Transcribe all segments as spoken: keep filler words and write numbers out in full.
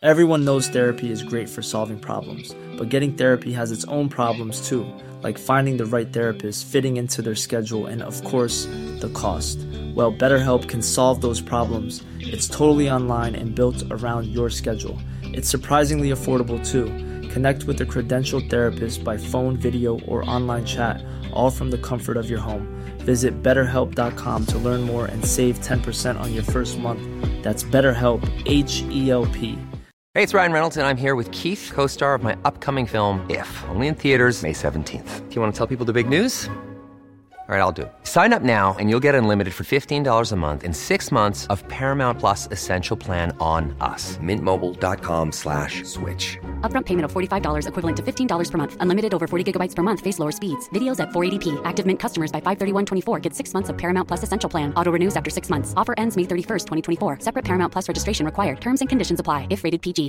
Everyone knows therapy is great for solving problems, but getting therapy has its own problems too, like finding the right therapist, fitting into their schedule, and of course, the cost. Well, BetterHelp can solve those problems. It's totally online and built around your schedule. It's surprisingly affordable too. Connect with a credentialed therapist by phone, video, or online chat, all from the comfort of your home. Visit better help dot com to learn more and save ten percent on your first month. That's BetterHelp, H E L P. Hey, it's Ryan Reynolds, and I'm here with Keith, co-star of my upcoming film, If, only in theaters May seventeenth. Do you want to tell people the big news? All right, I'll do it. Sign up now and you'll get unlimited for fifteen dollars a month and six months of Paramount Plus Essential Plan on us. Mint Mobile dot com slash switch. Upfront payment of forty-five dollars equivalent to fifteen dollars per month. Unlimited over forty gigabytes per month. Face lower speeds. Videos at four eighty p. Active Mint customers by five thirty-one twenty-four get six months of Paramount Plus Essential Plan. Auto renews after six months. Offer ends May thirty-first, twenty twenty-four. Separate Paramount Plus registration required. Terms and conditions apply if rated P G.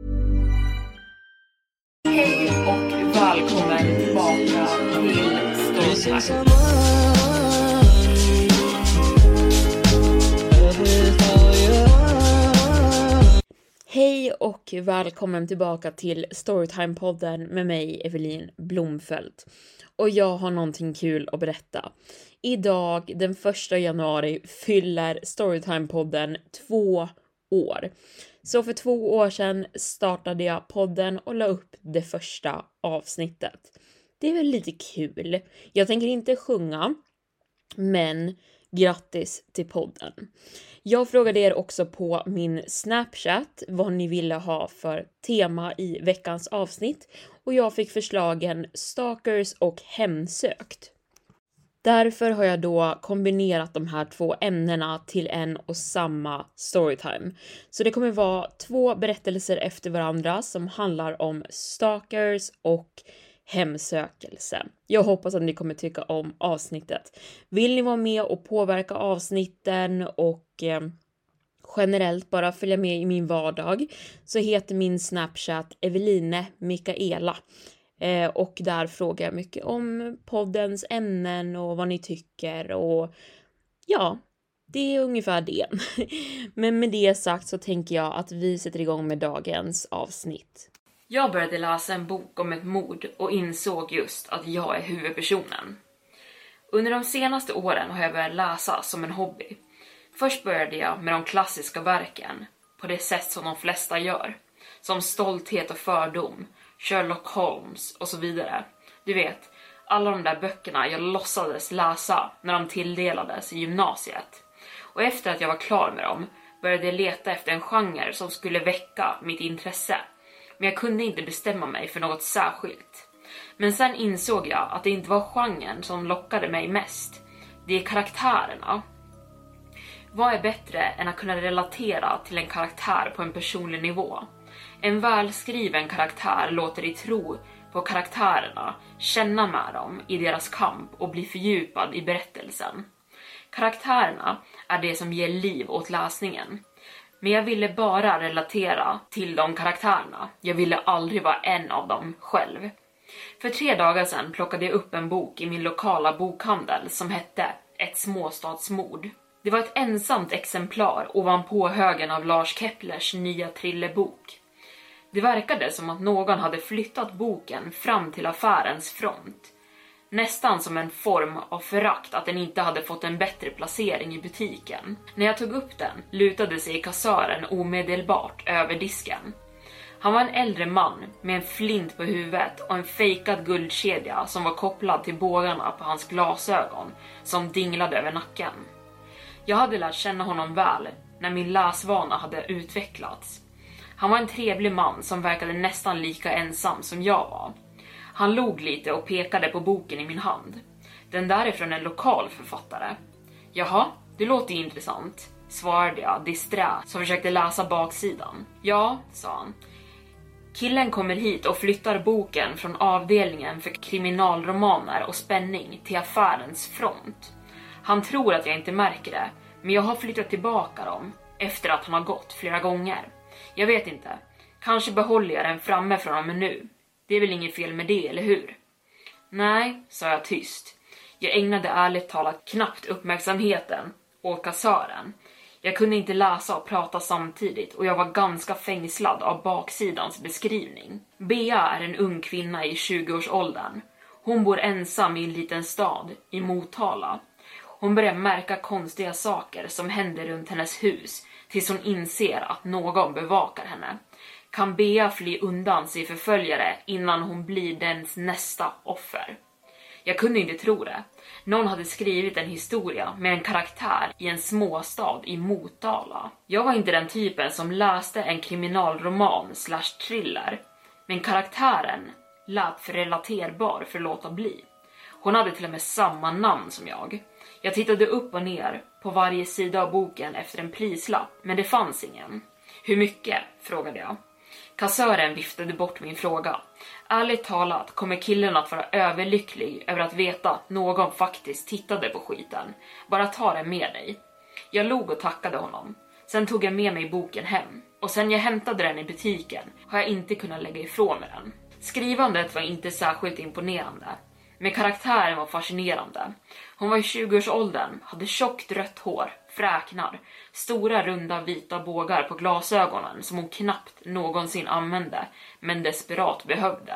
Hej och välkommen tillbaka till Storytime. Hej och välkommen tillbaka till Storytime-podden med mig, Evelin Blomfelt. Och jag har någonting kul att berätta. Idag, den första januari, fyller Storytime-podden två år. Så för två år sedan startade jag podden och la upp det första avsnittet. Det är väl lite kul. Jag tänker inte sjunga, men grattis till podden. Jag frågade er också på min Snapchat vad ni ville ha för tema i veckans avsnitt. Och jag fick förslagen stalkers och hemsökt. Därför har jag då kombinerat de här två ämnena till en och samma storytime. Så det kommer vara två berättelser efter varandra som handlar om stalkers och hemsökelse. Jag hoppas att ni kommer tycka om avsnittet. Vill ni vara med och påverka avsnitten och eh, generellt bara följa med i min vardag, så heter min Snapchat Eveline Mikaela. Eh, och där frågar jag mycket om poddens ämnen och vad ni tycker. Och ja, det är ungefär det. Men med det sagt så tänker jag att vi sätter igång med dagens avsnitt. Jag började läsa en bok om ett mord och insåg just att jag är huvudpersonen. Under de senaste åren har jag börjat läsa som en hobby. Först började jag med de klassiska verken, på det sätt som de flesta gör. Som Stolthet och fördom, Sherlock Holmes och så vidare. Du vet, alla de där böckerna jag låtsades läsa när de tilldelades i gymnasiet. Och efter att jag var klar med dem började jag leta efter en genre som skulle väcka mitt intresse. Men jag kunde inte bestämma mig för något särskilt. Men sen insåg jag att det inte var genren som lockade mig mest. Det är karaktärerna. Vad är bättre än att kunna relatera till en karaktär på en personlig nivå? En välskriven karaktär låter dig tro på karaktärerna, känna med dem i deras kamp och bli fördjupad i berättelsen. Karaktärerna är det som ger liv åt läsningen. Men jag ville bara relatera till de karaktärerna. Jag ville aldrig vara en av dem själv. För tre dagar sedan plockade jag upp en bok i min lokala bokhandel som hette Ett småstadsmord. Det var ett ensamt exemplar ovanpå högen av Lars Keplers nya thrillerbok. Det verkade som att någon hade flyttat boken fram till affärens front. Nästan som en form av förakt att den inte hade fått en bättre placering i butiken. När jag tog upp den lutade sig kassören omedelbart över disken. Han var en äldre man med en flint på huvudet och en fejkad guldkedja som var kopplad till bågarna på hans glasögon som dinglade över nacken. Jag hade lärt känna honom väl när min läsvana hade utvecklats. Han var en trevlig man som verkade nästan lika ensam som jag var. Han log lite och pekade på boken i min hand. Den där är från en lokal författare. Jaha, det låter intressant, svarade jag disträ som försökte läsa baksidan. Ja, sa han. Killen kommer hit och flyttar boken från avdelningen för kriminalromaner och spänning till affärens front. Han tror att jag inte märker det, men jag har flyttat tillbaka dem efter att han har gått flera gånger. Jag vet inte, kanske behåller jag den framme från honom nu. Det är väl inget fel med det, eller hur? Nej, sa jag tyst. Jag ägnade ärligt talat knappt uppmärksamheten åt kassören. Jag kunde inte läsa och prata samtidigt och jag var ganska fängslad av baksidans beskrivning. Bea är en ung kvinna i tjugoårsåldern. Hon bor ensam i en liten stad i Motala. Hon börjar märka konstiga saker som händer runt hennes hus tills hon inser att någon bevakar henne. Kan Bea fly undan sig förföljare innan hon blir dens nästa offer? Jag kunde inte tro det. Någon hade skrivit en historia med en karaktär i en småstad i Motala. Jag var inte den typen som läste en kriminalroman slash thriller. Men karaktären lät för relaterbar för att låta bli. Hon hade till och med samma namn som jag. Jag tittade upp och ner på varje sida av boken efter en prislapp, men det fanns ingen. Hur mycket? Frågade jag. Kassören viftade bort min fråga. Ärligt talat kommer killen att vara överlycklig över att veta att någon faktiskt tittade på skiten. Bara ta det med dig. Jag log och tackade honom. Sen tog jag med mig boken hem. Och sen jag hämtade den i butiken har jag inte kunnat lägga ifrån mig den. Skrivandet var inte särskilt imponerande. Men karaktären var fascinerande. Hon var i tjugoårsåldern, hade tjockt rött hår, fräknar, stora runda vita bågar på glasögonen som hon knappt någonsin använde, men desperat behövde.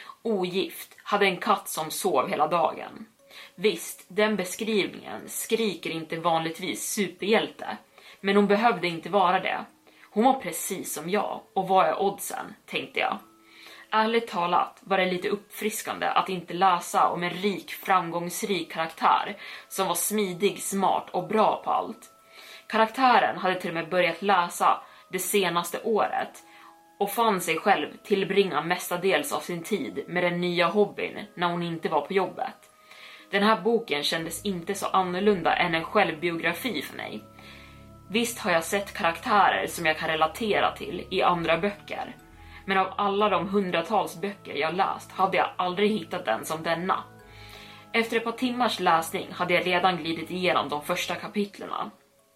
Ogift, hade en katt som sov hela dagen. Visst, den beskrivningen skriker inte vanligtvis superhjälte, men hon behövde inte vara det. Hon var precis som jag, och vad är oddsen, tänkte jag. Ärligt talat var det lite uppfriskande att inte läsa om en rik, framgångsrik karaktär som var smidig, smart och bra på allt. Karaktären hade till och med börjat läsa det senaste året och fann sig själv tillbringa mestadels av sin tid med den nya hobbyn när hon inte var på jobbet. Den här boken kändes inte så annorlunda än en självbiografi för mig. Visst har jag sett karaktärer som jag kan relatera till i andra böcker. Men av alla de hundratals böcker jag läst hade jag aldrig hittat den som denna. Efter ett par timmars läsning hade jag redan glidit igenom de första kapitlerna.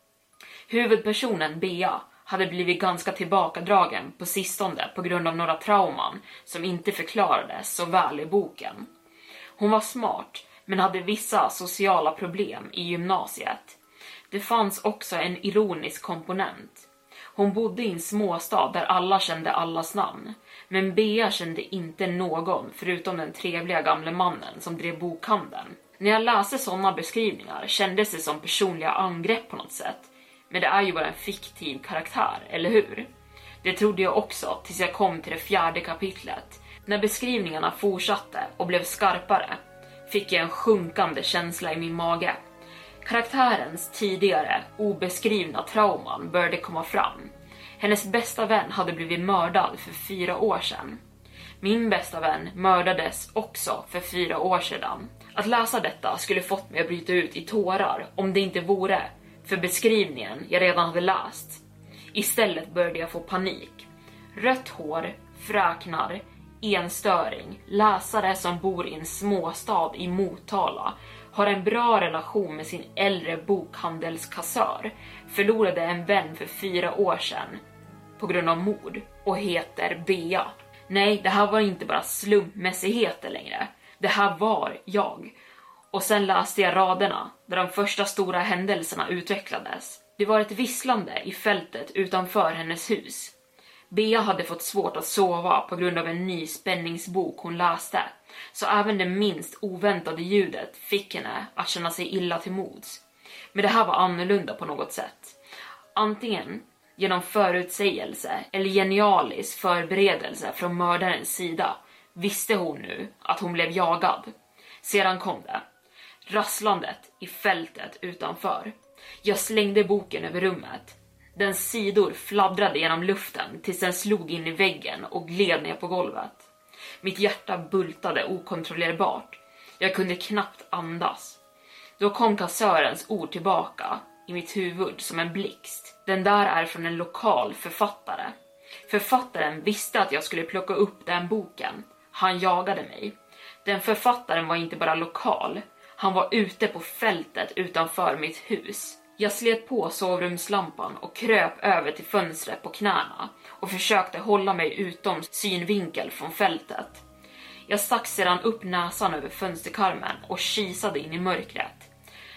Huvudpersonen Bea hade blivit ganska tillbakadragen på sistone på grund av några trauman som inte förklarades så väl i boken. Hon var smart men hade vissa sociala problem i gymnasiet. Det fanns också en ironisk komponent. Hon bodde i en småstad där alla kände allas namn. Men Bea kände inte någon förutom den trevliga gamle mannen som drev bokhandeln. När jag läste sådana beskrivningar kändes det som personliga angrepp på något sätt. Men det är ju bara en fiktiv karaktär, eller hur? Det trodde jag också tills jag kom till det fjärde kapitlet. När beskrivningarna fortsatte och blev skarpare fick jag en sjunkande känsla i min mage. Karaktärens tidigare obeskrivna trauman började komma fram. Hennes bästa vän hade blivit mördad för fyra år sedan. Min bästa vän mördades också för fyra år sedan. Att läsa detta skulle fått mig att bryta ut i tårar om det inte vore för beskrivningen jag redan hade läst. Istället började jag få panik. Rött hår, fräknar, enstöring, läsare som bor i en småstad i Motala, har en bra relation med sin äldre bokhandelskassör, förlorade en vän för fyra år sedan på grund av mord och heter Bea. Nej, det här var inte bara slumpmässigheter längre. Det här var jag. Och sen läste jag raderna där de första stora händelserna utvecklades. Det var ett visslande i fältet utanför hennes hus. Bea hade fått svårt att sova på grund av en ny spänningsbok hon läste. Så även det minst oväntade ljudet fick henne att känna sig illa till mods. Men det här var annorlunda på något sätt. Antingen genom förutsägelse eller genialisk förberedelse från mördarens sida visste hon nu att hon blev jagad. Sedan kom det. Rasslandet i fältet utanför. Jag slängde boken över rummet. Den sidor fladdrade genom luften tills den slog in i väggen och gled ner på golvet. Mitt hjärta bultade okontrollerbart. Jag kunde knappt andas. Då kom kassörens ord tillbaka i mitt huvud som en blixt. Den där är från en lokal författare. Författaren visste att jag skulle plocka upp den boken. Han jagade mig. Den författaren var inte bara lokal. Han var ute på fältet utanför mitt hus. Jag slet på sovrumslampan och kröp över till fönstret på knäna och försökte hålla mig utom synvinkel från fältet. Jag stack sedan upp näsan över fönsterkarmen och kisade in i mörkret.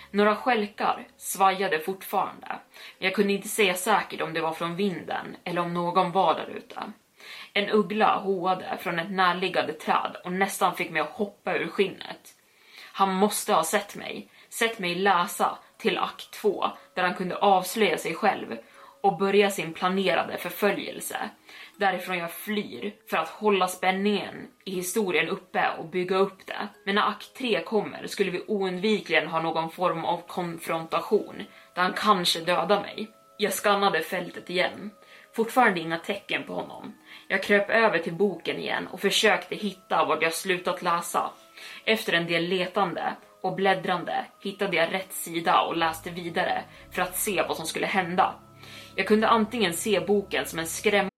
Några skälkar svajade fortfarande. Jag kunde inte säga säkert om det var från vinden eller om någon var där ute. En uggla hoade från ett närliggande träd och nästan fick mig att hoppa ur skinnet. Han måste ha sett mig, sett mig läsa till akt två där han kunde avslöja sig själv och börja sin planerade förföljelse. Därifrån jag flyr för att hålla spänningen i historien uppe och bygga upp det. Men när akt tre kommer skulle vi oundvikligen ha någon form av konfrontation där han kanske dödar mig. Jag skannade fältet igen. Fortfarande inga tecken på honom. Jag kröp över till boken igen och försökte hitta vad jag slutat läsa. Efter en del letande och bläddrande hittade jag rätt sida och läste vidare för att se vad som skulle hända. Jag kunde antingen se boken som en skräm.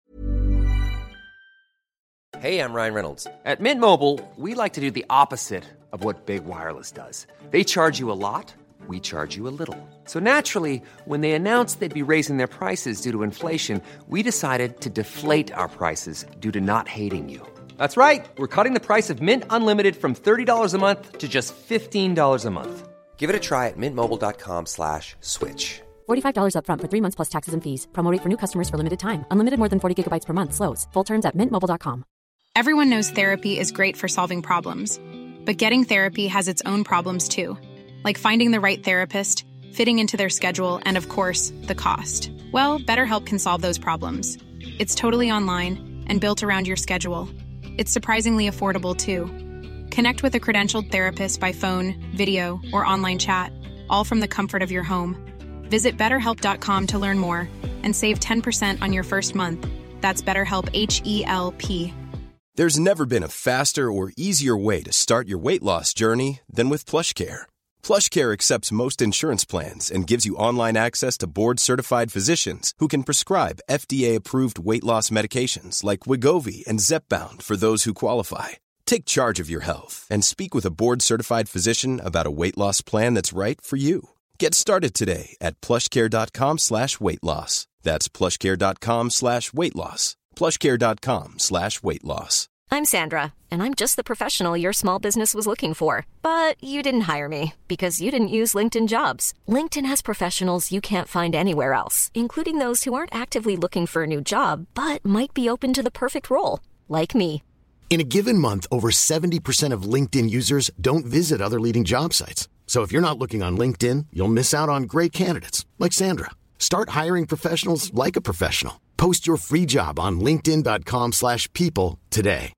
Hey, I'm Ryan Reynolds. At Mint Mobile, we like to do the opposite of what Big Wireless does. They charge you a lot, we charge you a little. So naturally, when they announced they'd be raising their prices due to inflation, we decided to deflate our prices due to not hating you. That's right. We're cutting the price of Mint Unlimited from thirty dollars a month to just fifteen dollars a month. Give it a try at mintmobile.com slash switch. forty-five dollars up front for three months plus taxes and fees. Promo rate for new customers for limited time. Unlimited more than forty gigabytes per month slows. Full terms at mint mobile dot com. Everyone knows therapy is great for solving problems. But getting therapy has its own problems too. Like finding the right therapist, fitting into their schedule, and of course, the cost. Well, BetterHelp can solve those problems. It's totally online and built around your schedule. It's surprisingly affordable too. Connect with a credentialed therapist by phone, video, or online chat, all from the comfort of your home. Visit better help dot com to learn more and save ten percent on your first month. That's BetterHelp, H E L P. There's never been a faster or easier way to start your weight loss journey than with PlushCare. PlushCare accepts most insurance plans and gives you online access to board-certified physicians who can prescribe F D A-approved weight loss medications like Wegovy and Zepbound for those who qualify. Take charge of your health and speak with a board-certified physician about a weight loss plan that's right for you. Get started today at plushcare.com slash weight loss. That's plushcare.com slash weight loss. plushcare.com slash weight loss. I'm Sandra, and I'm just the professional your small business was looking for. But you didn't hire me because you didn't use LinkedIn Jobs. LinkedIn has professionals you can't find anywhere else, including those who aren't actively looking for a new job, but might be open to the perfect role, like me. In a given month, over seventy percent of LinkedIn users don't visit other leading job sites. So if you're not looking on LinkedIn, you'll miss out on great candidates like Sandra. Start hiring professionals like a professional. Post your free job on linkedin dot com slash people today.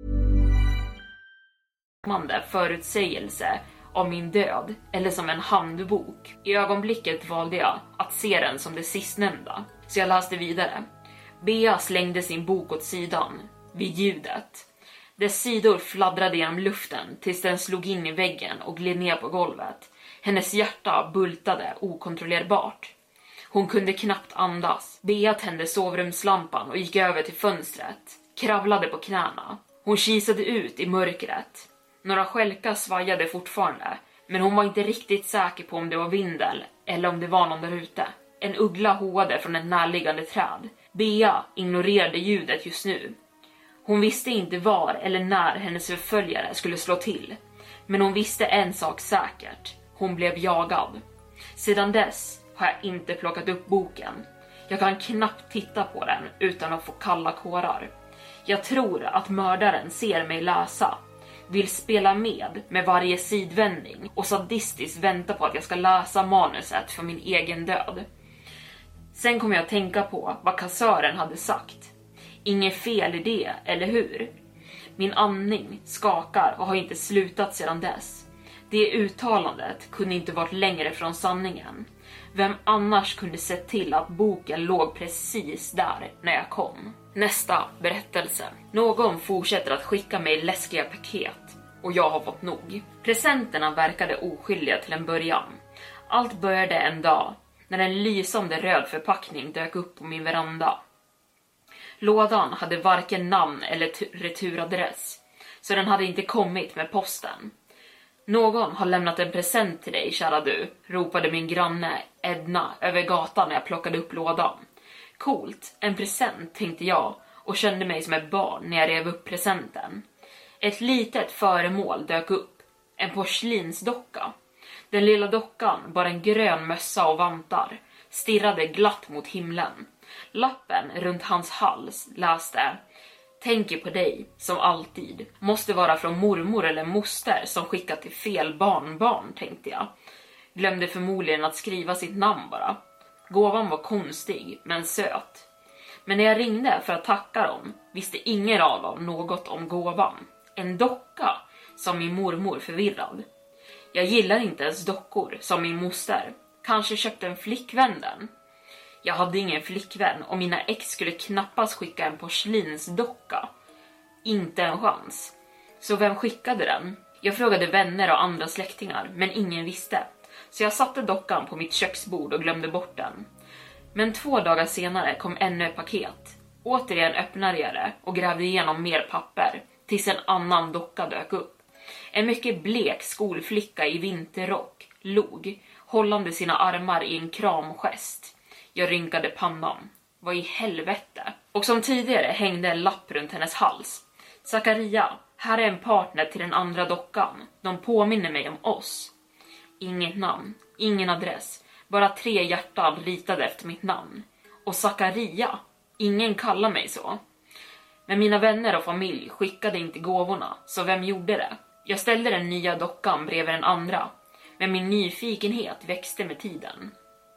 Förutsägelse av min död eller som en handbok. I ögonblicket valde jag att se den som det sistnämnda. Så jag läste vidare. Bea slängde sin bok åt sidan vid ljudet. Dess sidor fladdrade genom luften tills den slog in i väggen och gled ner på golvet. Hennes hjärta bultade okontrollerbart. Hon kunde knappt andas. Bea tände sovrumslampan och gick över till fönstret. Kravlade på knäna. Hon kisade ut i mörkret. Några skälkar svajade fortfarande, men hon var inte riktigt säker på om det var vindel eller om det var någon där ute. En uggla hoade från ett närliggande träd. Bea ignorerade ljudet just nu. Hon visste inte var eller när hennes förföljare skulle slå till. Men hon visste en sak säkert. Hon blev jagad. Sedan dess har jag inte plockat upp boken. Jag kan knappt titta på den utan att få kalla kårar. Jag tror att mördaren ser mig läsa. Vill spela med med varje sidvändning och sadistiskt vänta på att jag ska läsa manuset för min egen död. Sen kommer jag att tänka på vad kassören hade sagt. Inget fel i det, eller hur? Min andning skakar och har inte slutat sedan dess. Det uttalandet kunde inte varit längre från sanningen. Vem annars kunde se till att boken låg precis där när jag kom? Nästa berättelse. Någon fortsätter att skicka mig läskiga paket och jag har fått nog. Presenterna verkade oskyldiga till en början. Allt började en dag när en lysande röd förpackning dök upp på min veranda. Lådan hade varken namn eller returadress, så den hade inte kommit med posten. Någon har lämnat en present till dig, kära du, ropade min granne Edna över gatan när jag plockade upp lådan. Coolt, en present, tänkte jag och kände mig som ett barn när jag rev upp presenten. Ett litet föremål dök upp, en porslinsdocka. Den lilla dockan bar en grön mössa och vantar, stirrade glatt mot himlen. Lappen runt hans hals läste: tänker på dig, som alltid. Måste vara från mormor eller moster som skickat till fel barnbarn, tänkte jag. Glömde förmodligen att skriva sitt namn bara. Gåvan var konstig, men söt. Men när jag ringde för att tacka dem visste ingen av dem något om gåvan. En docka, sa min mormor förvirrad. Jag gillar inte ens dockor, som min moster. Kanske köpte en flickvän den. Jag hade ingen flickvän och mina ex skulle knappast skicka en porslinsdocka. Inte en chans. Så vem skickade den? Jag frågade vänner och andra släktingar, men ingen visste. Så jag satte dockan på mitt köksbord och glömde bort den. Men två dagar senare kom ännu ett paket. Återigen öppnade jag det och grävde igenom mer papper, tills en annan docka dök upp. En mycket blek skolflicka i vinterrock log, hållande sina armar i en kramgest. Jag rynkade pannan. Vad i helvete? Och som tidigare hängde en lapp runt hennes hals. Zakaria, här är en partner till den andra dockan. De påminner mig om oss. Inget namn, ingen adress. Bara tre hjärtan ritade efter mitt namn. Och Zakaria, ingen kallar mig så. Men mina vänner och familj skickade inte gåvorna, så vem gjorde det? Jag ställde den nya dockan bredvid den andra. Men min nyfikenhet växte med tiden.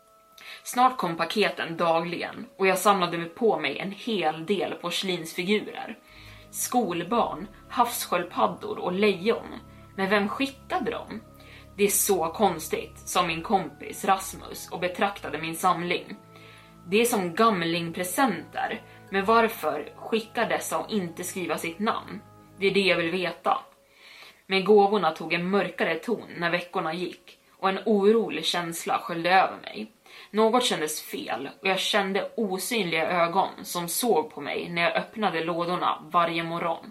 Snart kom paketen dagligen och jag samlade mig på mig en hel del porslinsfigurer. Skolbarn, havssköldpaddor och lejon. Men vem skickade dem? Det är så konstigt, sa min kompis Rasmus och betraktade min samling. Det är som gamlingpresenter, men varför skickar dessa och inte skriva sitt namn? Det är det jag vill veta. Men gåvorna tog en mörkare ton när veckorna gick och en orolig känsla sköljde över mig. Något kändes fel och jag kände osynliga ögon som såg på mig när jag öppnade lådorna varje morgon.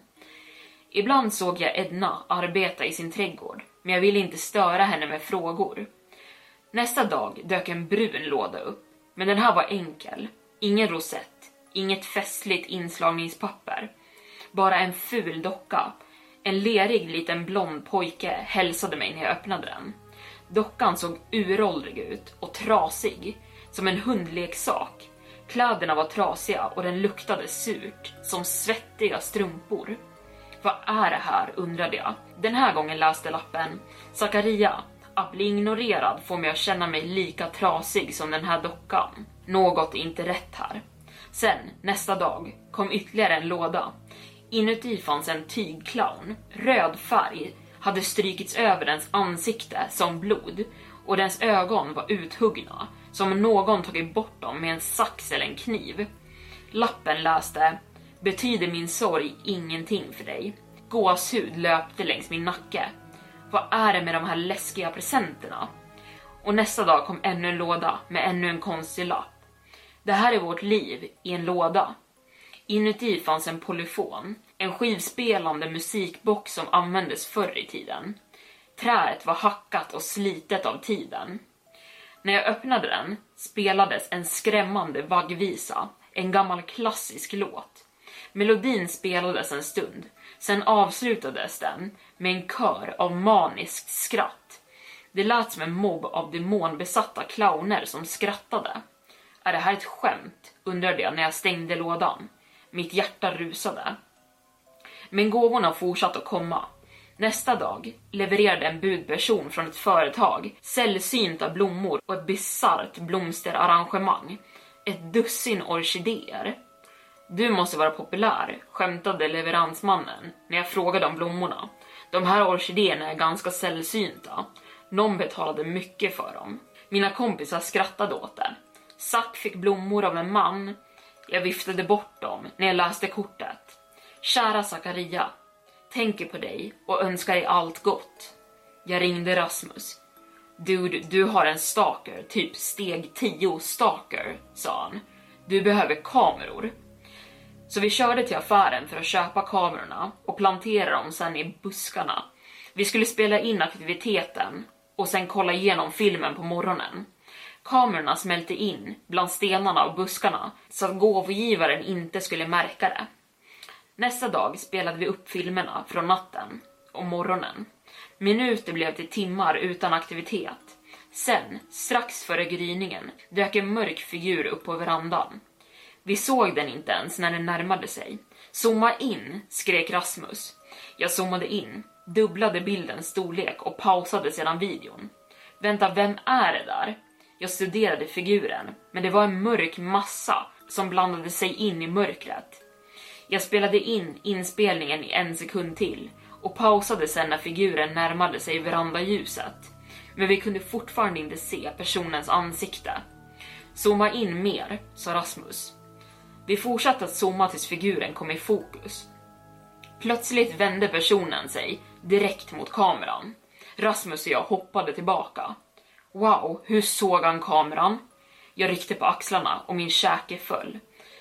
Ibland såg jag Edna arbeta i sin trädgård, men jag ville inte störa henne med frågor. Nästa dag dök en brun låda upp, men den här var enkel. Ingen rosett, inget festligt inslagningspapper. Bara en ful docka. En lerig liten blond pojke hälsade mig när jag öppnade den. Dockan såg uråldrig ut och trasig, som en hundleksak. Kläderna var trasiga och den luktade surt, som svettiga strumpor. Vad är det här, undrade jag. Den här gången läste lappen: Zakaria, att bli ignorerad får mig att känna mig lika trasig som den här dockan. Något är inte rätt här. Sen, nästa dag, kom ytterligare en låda. Inuti fanns en tygclown. Röd färg hade strykits över dens ansikte som blod och dens ögon var uthuggna, som någon tagit bort dem med en sax eller en kniv. Lappen läste: betyder min sorg ingenting för dig. Gåshud löpte längs min nacke. Vad är det med de här läskiga presenterna? Och nästa dag kom ännu en låda med ännu en konstig lapp. Det här är vårt liv i en låda. Inuti fanns en polyfon, en skivspelande musikbox som användes förr i tiden. Träet var hackat och slitet av tiden. När jag öppnade den spelades en skrämmande vaggvisa, en gammal klassisk låt. Melodin spelades en stund, sen avslutades den med en kör av maniskt skratt. Det lät som en mobb av demonbesatta clowner som skrattade. Är det här ett skämt? Undrade jag när jag stängde lådan. Mitt hjärta rusade. Men gåvorna fortsatte att komma. Nästa dag levererade en budperson från ett företag sällsynta blommor och ett bizarrt blomsterarrangemang. Ett dussin orkidéer. Du måste vara populär, skämtade leveransmannen när jag frågade om blommorna. De här orkidéerna är ganska sällsynta. Någon betalade mycket för dem. Mina kompisar skrattade åt det. Zack fick blommor av en man. Jag viftade bort dem när jag läste kortet. Kära Zakaria, tänker på dig och önskar dig allt gott. Jag ringde Rasmus. Dude, du har en stalker, typ steg tio stalker, sa han. Du behöver kameror. Så vi körde till affären för att köpa kamerorna och plantera dem sen i buskarna. Vi skulle spela in aktiviteten och sen kolla igenom filmen på morgonen. Kamerorna smälte in bland stenarna och buskarna så att gåvogivaren inte skulle märka det. Nästa dag spelade vi upp filmerna från natten om morgonen. Minuter blev till timmar utan aktivitet. Sen, strax före gryningen, dök en mörk figur upp på verandan. Vi såg den inte ens när den närmade sig. Zooma in, skrek Rasmus. Jag zoomade in, dubblade bildens storlek och pausade sedan videon. Vänta, vem är det där? Jag studerade figuren, men det var en mörk massa som blandade sig in i mörkret. Jag spelade in inspelningen i en sekund till och pausade sen när figuren närmade sig verandaljuset. Men vi kunde fortfarande inte se personens ansikte. Zooma in mer, sa Rasmus. Vi fortsatte att zooma tills figuren kom i fokus. Plötsligt vände personen sig direkt mot kameran. Rasmus och jag hoppade tillbaka. Wow, hur såg han kameran? Jag ryckte på axlarna och min käke föll.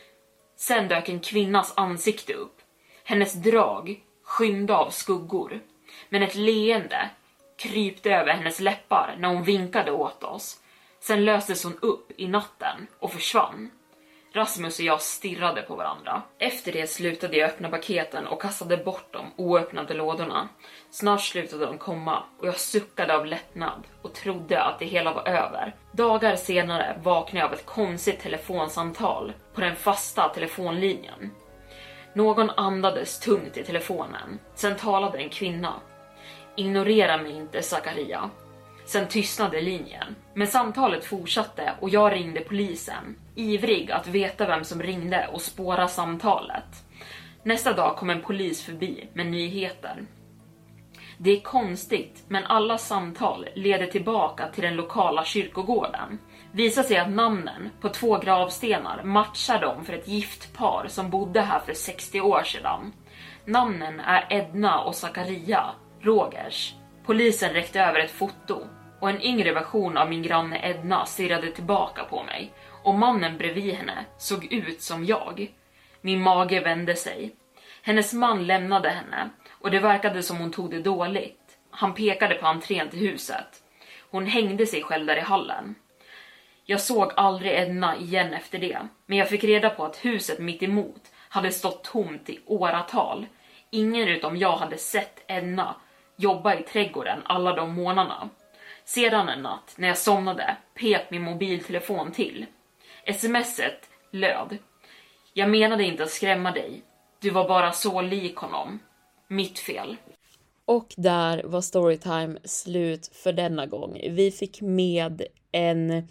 Sen dök en kvinnas ansikte upp. Hennes drag skymde av skuggor. Men ett leende krypte över hennes läppar när hon vinkade åt oss. Sen löstes hon upp i natten och försvann. Rasmus och jag stirrade på varandra. Efter det slutade jag öppna paketen och kastade bort de oöppnade lådorna. Snart slutade de komma och jag suckade av lättnad och trodde att det hela var över. Dagar senare vaknade jag av ett konstigt telefonsamtal på den fasta telefonlinjen. Någon andades tungt i telefonen. Sen talade en kvinna. Ignorera mig inte, Zakaria. Sen tystnade linjen. Men samtalet fortsatte och jag ringde polisen. Ivrig att veta vem som ringde och spåra samtalet. Nästa dag kom en polis förbi med nyheter. Det är konstigt, men alla samtal leder tillbaka till den lokala kyrkogården. Visar sig att namnen på två gravstenar matchar dem för ett gift par som bodde här för sextio år sedan. Namnen är Edna och Zakaria, Rogers. Polisen räckte över ett foto och en yngre version av min granne Edna stirrade tillbaka på mig. Och mannen bredvid henne såg ut som jag. Min mage vände sig. Hennes man lämnade henne och det verkade som hon tog det dåligt. Han pekade på entrén till huset. Hon hängde sig själv där i hallen. Jag såg aldrig Edna igen efter det, men jag fick reda på att huset mitt emot hade stått tomt i åratal. Ingen utom jag hade sett Edna jobba i trädgården alla de månaderna. Sedan en natt när jag somnade pep min mobiltelefon till. Smset löd: jag menade inte att skrämma dig. Du var bara så lik honom. Mitt fel. Och där var Storytime slut för denna gång. Vi fick med en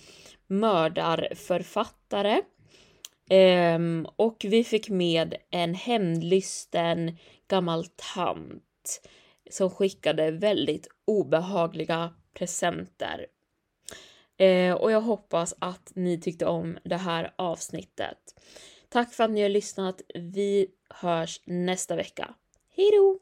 mördarförfattare. Um, och vi fick med en hämndlysten gammal tant som skickade väldigt obehagliga presenter. Uh, och jag hoppas att ni tyckte om det här avsnittet. Tack för att ni har lyssnat. Vi hörs nästa vecka. Hej då!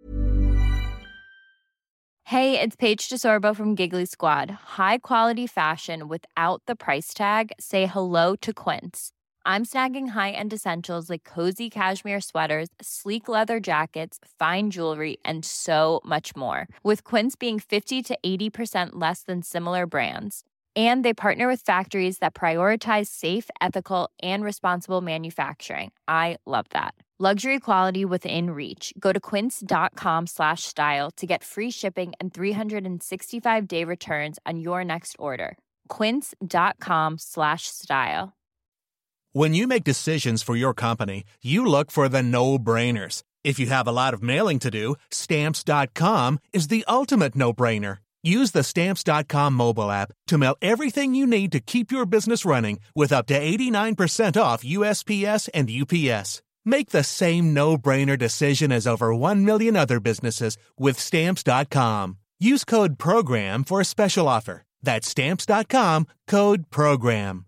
Hey, it's Paige DeSorbo from Giggly Squad. High quality fashion without the price tag. Say hello to Quince. I'm snagging high-end essentials like cozy cashmere sweaters, sleek leather jackets, fine jewelry, and so much more. With Quince being fifty to eighty percent less than similar brands. And they partner with factories that prioritize safe, ethical, and responsible manufacturing. I love that. Luxury quality within reach. Go to quince.com slash style to get free shipping and three sixty-five day returns on your next order. Quince.com slash style. When you make decisions for your company, you look for the no-brainers. If you have a lot of mailing to do, Stamps dot com is the ultimate no-brainer. Use the Stamps dot com mobile app to mail everything you need to keep your business running with up to eighty-nine percent off U S P S and U P S. Make the same no-brainer decision as over one million other businesses with Stamps dot com. Use code PROGRAM for a special offer. That's Stamps dot com, code PROGRAM.